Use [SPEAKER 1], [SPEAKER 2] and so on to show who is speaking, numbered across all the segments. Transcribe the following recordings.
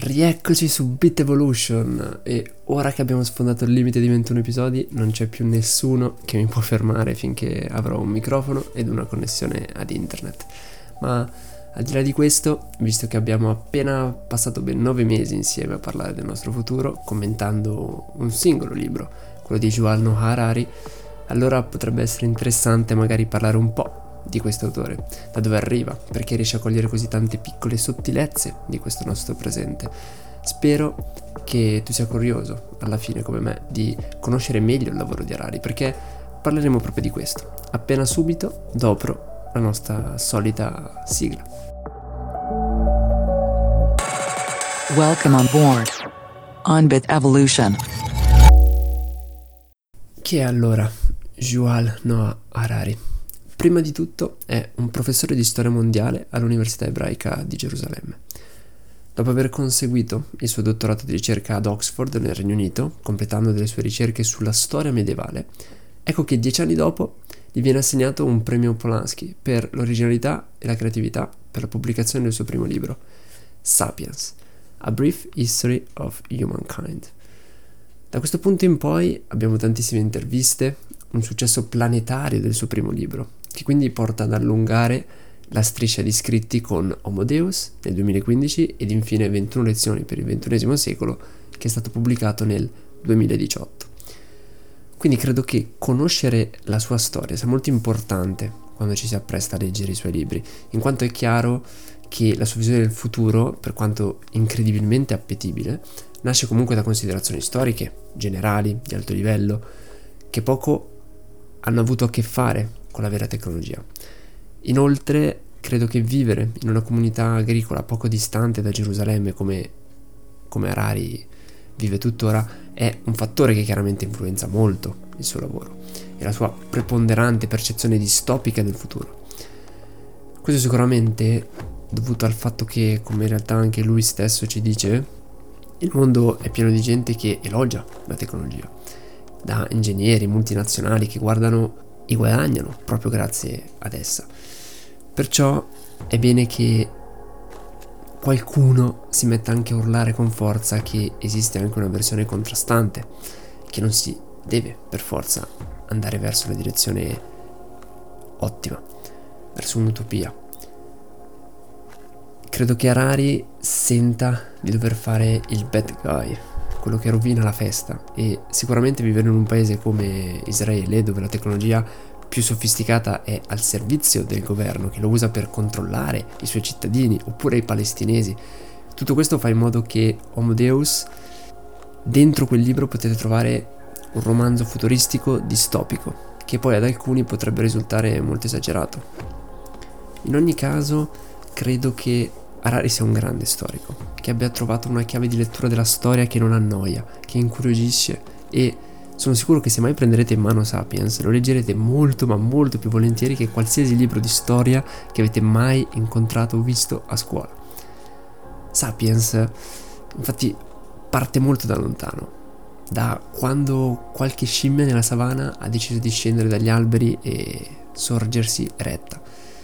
[SPEAKER 1] Rieccoci su Bit Evolution e ora che abbiamo sfondato il limite di 21 episodi non c'è più nessuno che mi può fermare finché avrò un microfono ed una connessione ad internet. Ma al di là di questo, visto che abbiamo appena passato ben 9 mesi insieme a parlare del nostro futuro, commentando un singolo libro, quello di Yuval Noah Harari, allora potrebbe essere interessante magari parlare un po' di questo autore, da dove arriva, perché riesce a cogliere così tante piccole sottilezze di questo nostro presente. Spero che tu sia curioso, alla fine come me, di conoscere meglio il lavoro di Harari, perché parleremo proprio di questo, appena subito dopo la nostra solita sigla.
[SPEAKER 2] Welcome on board on Bit Evolution.
[SPEAKER 1] Chi è allora Yuval Noah Harari? Prima di tutto è un professore di storia mondiale all'Università Ebraica di Gerusalemme. Dopo aver conseguito il suo dottorato di ricerca ad Oxford nel Regno Unito, completando delle sue ricerche sulla storia medievale, ecco che 10 anni dopo gli viene assegnato un premio Polanski per l'originalità e la creatività per la pubblicazione del suo primo libro, Sapiens, A Brief History of Humankind. Da questo punto in poi abbiamo tantissime interviste, un successo planetario del suo primo libro, che quindi porta ad allungare la striscia di scritti con Homo Deus nel 2015 ed infine 21 lezioni per il XXI secolo, che è stato pubblicato nel 2018. Quindi credo che conoscere la sua storia sia molto importante quando ci si appresta a leggere i suoi libri, in quanto è chiaro che la sua visione del futuro, per quanto incredibilmente appetibile, nasce comunque da considerazioni storiche, generali, di alto livello, che poco hanno avuto a che fare con la vera tecnologia. Inoltre, credo che vivere in una comunità agricola poco distante da Gerusalemme, come Harari vive tuttora, è un fattore che chiaramente influenza molto il suo lavoro e la sua preponderante percezione distopica del futuro. Questo sicuramente dovuto al fatto che, come in realtà anche lui stesso ci dice, il mondo è pieno di gente che elogia la tecnologia, da ingegneri multinazionali che guardano e guadagnano proprio grazie ad essa. Perciò è bene che qualcuno si metta anche a urlare con forza che esiste anche una versione contrastante, che non si deve per forza andare verso la direzione ottima, verso un'utopia. Credo che Harari senta di dover fare il bad guy, quello che rovina la festa, e sicuramente vivere in un paese come Israele, dove la tecnologia più sofisticata è al servizio del governo, che lo usa per controllare i suoi cittadini, oppure i palestinesi, tutto questo fa in modo che Homo Deus, dentro quel libro potete trovare un romanzo futuristico distopico, che poi ad alcuni potrebbe risultare molto esagerato. In ogni caso, credo che Harari sia un grande storico, che abbia trovato una chiave di lettura della storia che non annoia, che incuriosisce, e sono sicuro che se mai prenderete in mano Sapiens lo leggerete molto ma molto più volentieri che qualsiasi libro di storia che avete mai incontrato o visto a scuola. Sapiens infatti parte molto da lontano, da quando qualche scimmia nella savana ha deciso di scendere dagli alberi e sorgersi eretta,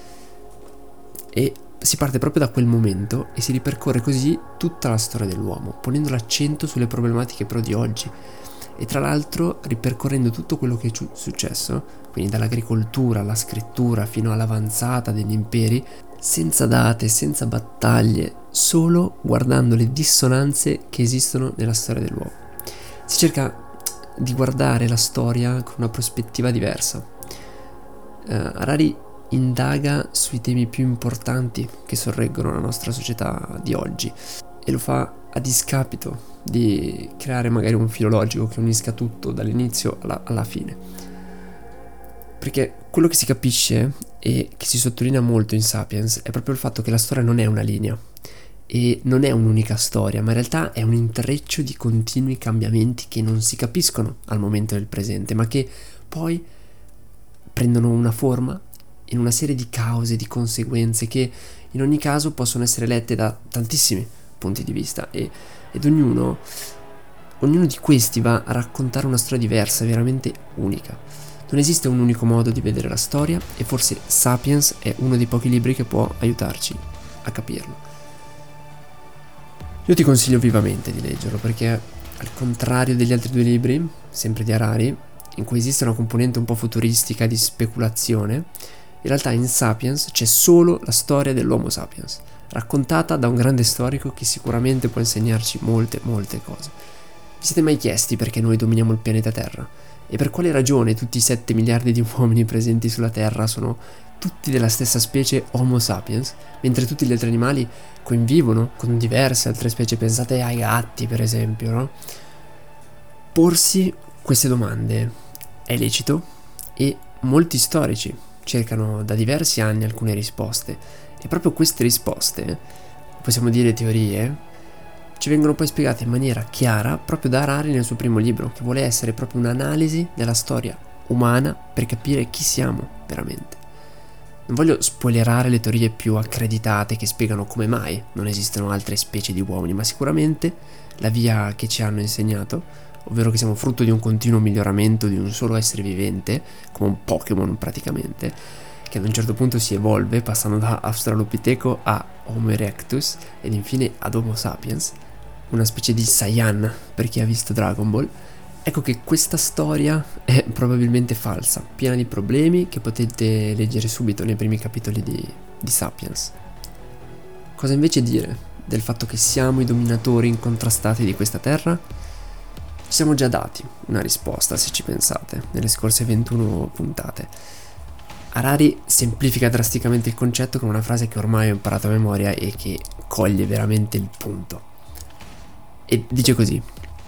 [SPEAKER 1] e si parte proprio da quel momento e si ripercorre così tutta la storia dell'uomo, ponendo l'accento sulle problematiche però di oggi, e tra l'altro ripercorrendo tutto quello che è successo, quindi dall'agricoltura alla scrittura fino all'avanzata degli imperi, senza date, senza battaglie, solo guardando le dissonanze che esistono nella storia dell'uomo. Si cerca di guardare la storia con una prospettiva diversa. Harari indaga sui temi più importanti che sorreggono la nostra società di oggi e lo fa a discapito di creare magari un filo logico che unisca tutto dall'inizio alla fine, perché quello che si capisce e che si sottolinea molto in Sapiens è proprio il fatto che la storia non è una linea e non è un'unica storia, ma in realtà è un intreccio di continui cambiamenti che non si capiscono al momento del presente, ma che poi prendono una forma in una serie di cause, di conseguenze che in ogni caso possono essere lette da tantissimi punti di vista, ed ognuno di questi va a raccontare una storia diversa, veramente unica. Non esiste un unico modo di vedere la storia e forse Sapiens è uno dei pochi libri che può aiutarci a capirlo. Io ti consiglio vivamente di leggerlo perché, al contrario degli altri due libri, sempre di Harari, in cui esiste una componente un po' futuristica di speculazione, in realtà in Sapiens c'è solo la storia dell'Homo sapiens, raccontata da un grande storico che sicuramente può insegnarci molte cose. Vi siete mai chiesti perché noi dominiamo il pianeta Terra? E per quale ragione tutti i 7 miliardi di uomini presenti sulla Terra sono tutti della stessa specie Homo sapiens, mentre tutti gli altri animali convivono con diverse altre specie? Pensate ai gatti, per esempio, no? Porsi queste domande è lecito e molti storici cercano da diversi anni alcune risposte, e proprio queste risposte, possiamo dire teorie, ci vengono poi spiegate in maniera chiara proprio da Harari nel suo primo libro, che vuole essere proprio un'analisi della storia umana per capire chi siamo veramente. Non voglio spoilerare le teorie più accreditate che spiegano come mai non esistono altre specie di uomini, ma sicuramente la via che ci hanno insegnato, ovvero che siamo frutto di un continuo miglioramento di un solo essere vivente, come un Pokémon praticamente, che ad un certo punto si evolve passando da Australopiteco a Homo erectus ed infine ad Homo sapiens, una specie di Saiyan per chi ha visto Dragon Ball. Ecco che questa storia è probabilmente falsa, piena di problemi che potete leggere subito nei primi capitoli di Sapiens. Cosa invece dire del fatto che siamo i dominatori incontrastati di questa terra? Ci siamo già dati una risposta, se ci pensate, nelle scorse 21 puntate. Harari semplifica drasticamente il concetto con una frase che ormai ho imparato a memoria e che coglie veramente il punto. E dice così: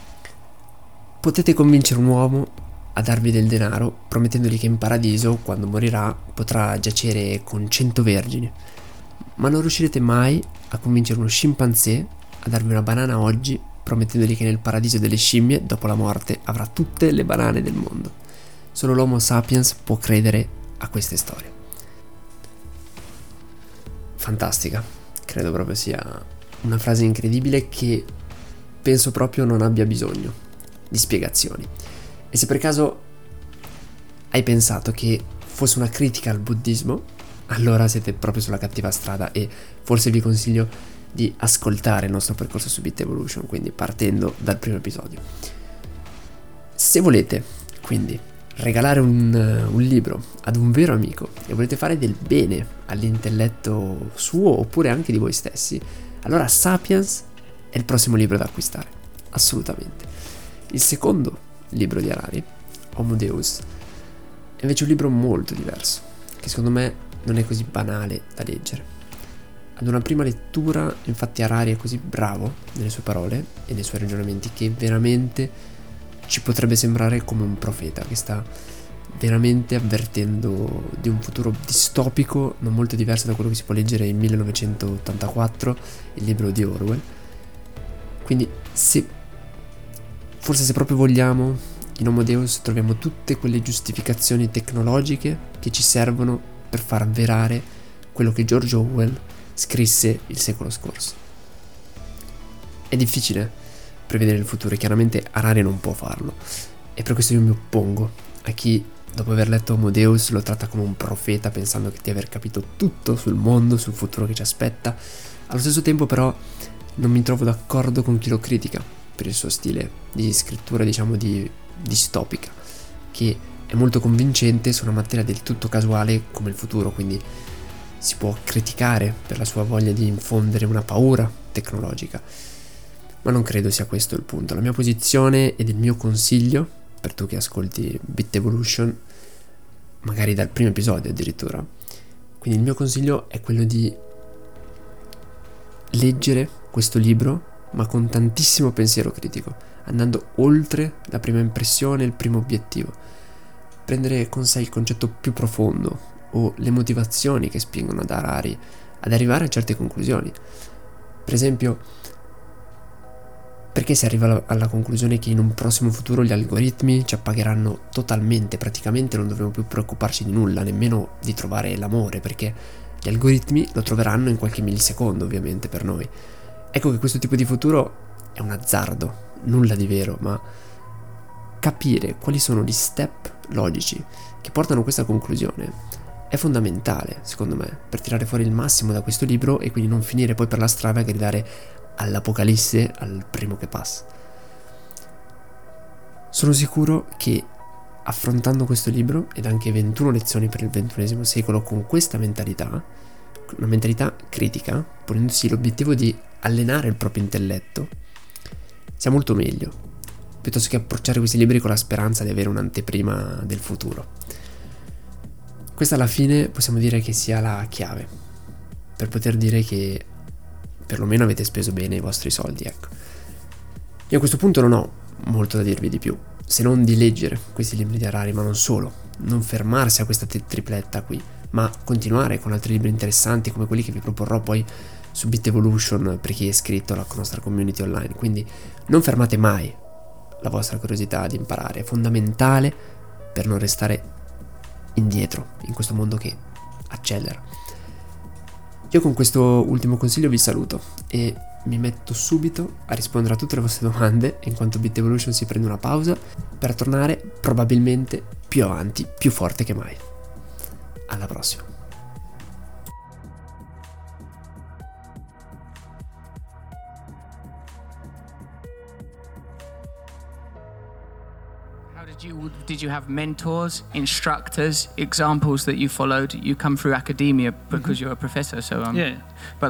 [SPEAKER 1] potete convincere un uomo a darvi del denaro promettendogli che in paradiso, quando morirà, potrà giacere con 100 vergini, ma non riuscirete mai a convincere uno scimpanzé a darvi una banana oggi promettendogli che nel paradiso delle scimmie, dopo la morte, avrà tutte le banane del mondo. Solo l'Homo sapiens può credere a queste storie. Fantastica, credo proprio sia una frase incredibile che penso proprio non abbia bisogno di spiegazioni. E se per caso hai pensato che fosse una critica al buddismo, allora siete proprio sulla cattiva strada e forse vi consiglio di ascoltare il nostro percorso su Bit Evolution, quindi partendo dal primo episodio. Se volete quindi regalare un libro ad un vero amico e volete fare del bene all'intelletto suo oppure anche di voi stessi, allora Sapiens è il prossimo libro da acquistare, assolutamente. Il secondo libro di Harari, Homo Deus, è invece un libro molto diverso, che secondo me non è così banale da leggere. Ad una prima lettura, infatti, Harari è così bravo nelle sue parole e nei suoi ragionamenti che veramente ci potrebbe sembrare come un profeta che sta veramente avvertendo di un futuro distopico non molto diverso da quello che si può leggere in 1984, il libro di Orwell. Quindi se proprio vogliamo, in Homo Deus troviamo tutte quelle giustificazioni tecnologiche che ci servono per far avverare quello che George Orwell scrisse il secolo scorso. È difficile prevedere il futuro e chiaramente Harari non può farlo, e per questo io mi oppongo a chi, dopo aver letto Homo Deus, lo tratta come un profeta pensando di aver capito tutto sul mondo, sul futuro che ci aspetta. Allo stesso tempo però non mi trovo d'accordo con chi lo critica per il suo stile di scrittura, diciamo, distopica, che è molto convincente su una materia del tutto casuale come il futuro, quindi si può criticare per la sua voglia di infondere una paura tecnologica, ma non credo sia questo il punto. La mia posizione ed il mio consiglio, per tu che ascolti Bit Evolution, magari dal primo episodio addirittura, quindi il mio consiglio è quello di leggere questo libro ma con tantissimo pensiero critico, andando oltre la prima impressione, il primo obiettivo, prendere con sé il concetto più profondo o le motivazioni che spingono ad Harari ad arrivare a certe conclusioni. Per esempio, perché si arriva alla conclusione che in un prossimo futuro gli algoritmi ci appagheranno totalmente, praticamente non dovremo più preoccuparci di nulla, nemmeno di trovare l'amore, perché gli algoritmi lo troveranno in qualche millisecondo, ovviamente, per noi. Ecco che questo tipo di futuro è un azzardo, nulla di vero, ma capire quali sono gli step logici che portano a questa conclusione è fondamentale, secondo me, per tirare fuori il massimo da questo libro e quindi non finire poi per la strada a gridare all'Apocalisse, al primo che passa. Sono sicuro che affrontando questo libro ed anche 21 lezioni per il XXI secolo con questa mentalità, una mentalità critica, ponendosi l'obiettivo di allenare il proprio intelletto, sia molto meglio, piuttosto che approcciare questi libri con la speranza di avere un'anteprima del futuro. Questa alla fine possiamo dire che sia la chiave per poter dire che perlomeno avete speso bene i vostri soldi, ecco. Io a questo punto non ho molto da dirvi di più, se non di leggere questi libri di Harari, ma non solo, non fermarsi a questa tripletta qui, ma continuare con altri libri interessanti come quelli che vi proporrò poi su Bit Evolution per chi è iscritto alla nostra community online. Quindi non fermate mai la vostra curiosità di imparare, è fondamentale per non restare indietro in questo mondo che accelera. Io con questo ultimo consiglio vi saluto e mi metto subito a rispondere a tutte le vostre domande, in quanto Bit Evolution si prende una pausa per tornare probabilmente più avanti, più forte che mai. Alla prossima.
[SPEAKER 3] Did you have mentors, instructors, examples that you followed? You come through academia because you're a professor, so
[SPEAKER 4] Yeah.
[SPEAKER 3] But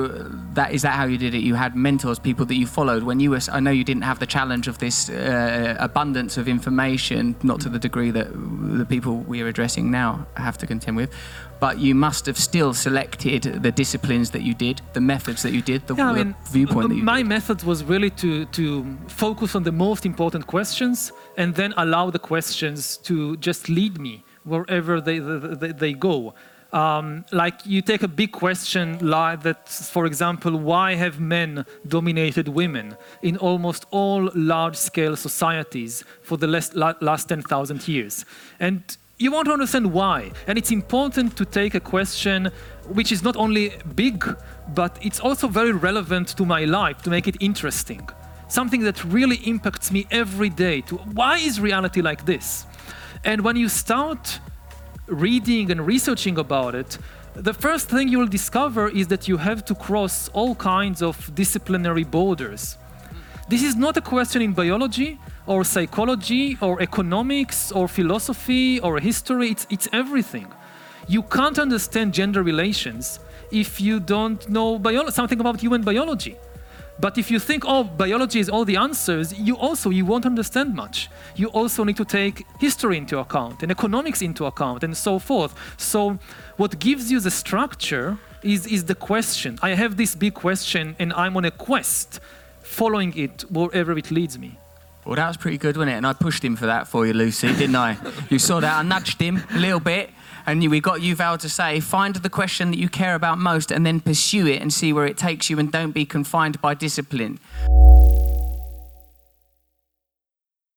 [SPEAKER 3] is that how you did it? You had mentors, people that you followed when you were. I know you didn't have the challenge of this abundance of information, not to the degree that the people we are addressing now have to contend with. But you must have still selected the disciplines that you did, the methods that you did, the viewpoint that you
[SPEAKER 4] my
[SPEAKER 3] did.
[SPEAKER 4] method was really to focus on the most important questions and then allow the questions to just lead me wherever they go. Like you take a big question like that, for example, why have men dominated women in almost all large-scale societies for the last 10,000 years? And you want to understand why. And it's important to take a question which is not only big, but it's also very relevant to my life, to make it interesting. Something that really impacts me every day. Why is reality like this? And when you start reading and researching about it, the first thing you will discover is that you have to cross all kinds of disciplinary borders. This is not a question in biology or psychology or economics or philosophy or history. It's everything. You can't understand gender relations if you don't know something about human biology. But if you think, oh, biology is all the answers, you won't understand much. You also need to take history into account and economics into account and so forth. So what gives you the structure is the question. I have this big question and I'm on a quest, following it wherever it leads me.
[SPEAKER 3] Well, that was pretty good, wasn't it? And I pushed him for that for you, Lucy, didn't I? You saw that. I nudged him a little bit. And we got Yuval to say, find the question that you care about most and then pursue it and see where it takes you and don't be confined by discipline.